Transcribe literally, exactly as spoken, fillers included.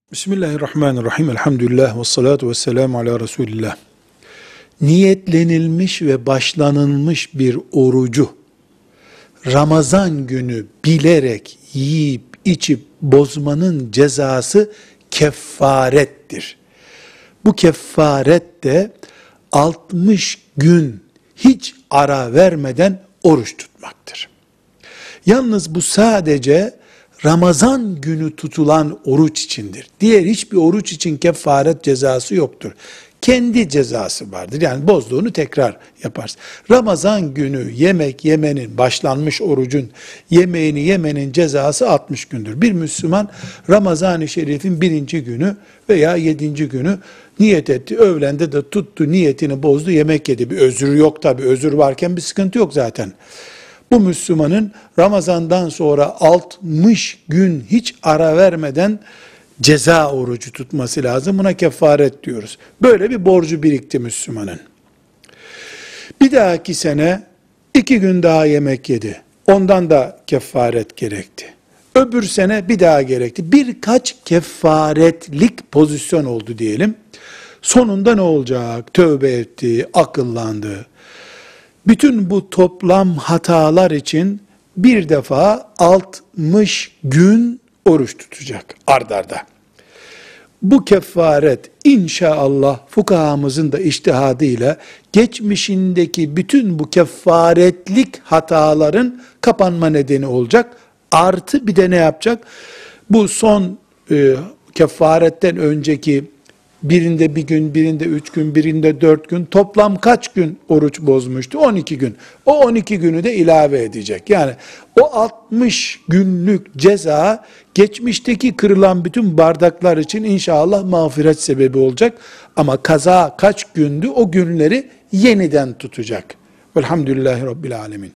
Bismillahirrahmanirrahim. Elhamdülillah ve salatu ve selamu ala Resulillah. Niyetlenilmiş ve başlanılmış bir orucu Ramazan günü bilerek yiyip içip bozmanın cezası kefarettir. Bu kefaret de altmış gün hiç ara vermeden oruç tutmaktır. Yalnız bu sadece Ramazan günü tutulan oruç içindir. Diğer hiçbir oruç için kefaret cezası yoktur. Kendi cezası vardır. Yani bozduğunu tekrar yaparsın. Ramazan günü yemek yemenin, başlanmış orucun yemeğini yemenin cezası altmış gündür. Bir Müslüman Ramazan-ı Şerif'in birinci günü veya yedinci günü niyet etti. Öğlende de tuttu, niyetini bozdu, yemek yedi. Bir özür yok tabi. Özür varken bir sıkıntı yok zaten. Bu Müslümanın Ramazan'dan sonra altmış gün hiç ara vermeden ceza orucu tutması lazım. Buna kefaret diyoruz. Böyle bir borcu birikti Müslümanın. Bir dahaki sene iki gün daha yemek yedi. Ondan da kefaret gerekti. Öbür sene bir daha gerekti. Birkaç kefaretlik pozisyon oldu diyelim. Sonunda ne olacak? Tövbe etti, akıllandı. Bütün bu toplam hatalar için bir defa altmış gün oruç tutacak ard arda. Bu kefaret inşallah fukahamızın da içtihadıyla geçmişindeki bütün bu kefaretlik hataların kapanma nedeni olacak. Artı bir de ne yapacak? Bu son e, kefaretten önceki birinde bir gün, birinde üç gün, birinde dört gün, toplam kaç gün oruç bozmuştu? on iki gün. O on iki günü de ilave edecek. Yani o altmış günlük ceza, geçmişteki kırılan bütün bardaklar için inşallah mağfiret sebebi olacak. Ama kaza kaç gündü? O günleri yeniden tutacak. Velhamdülillahi Rabbil Alemin.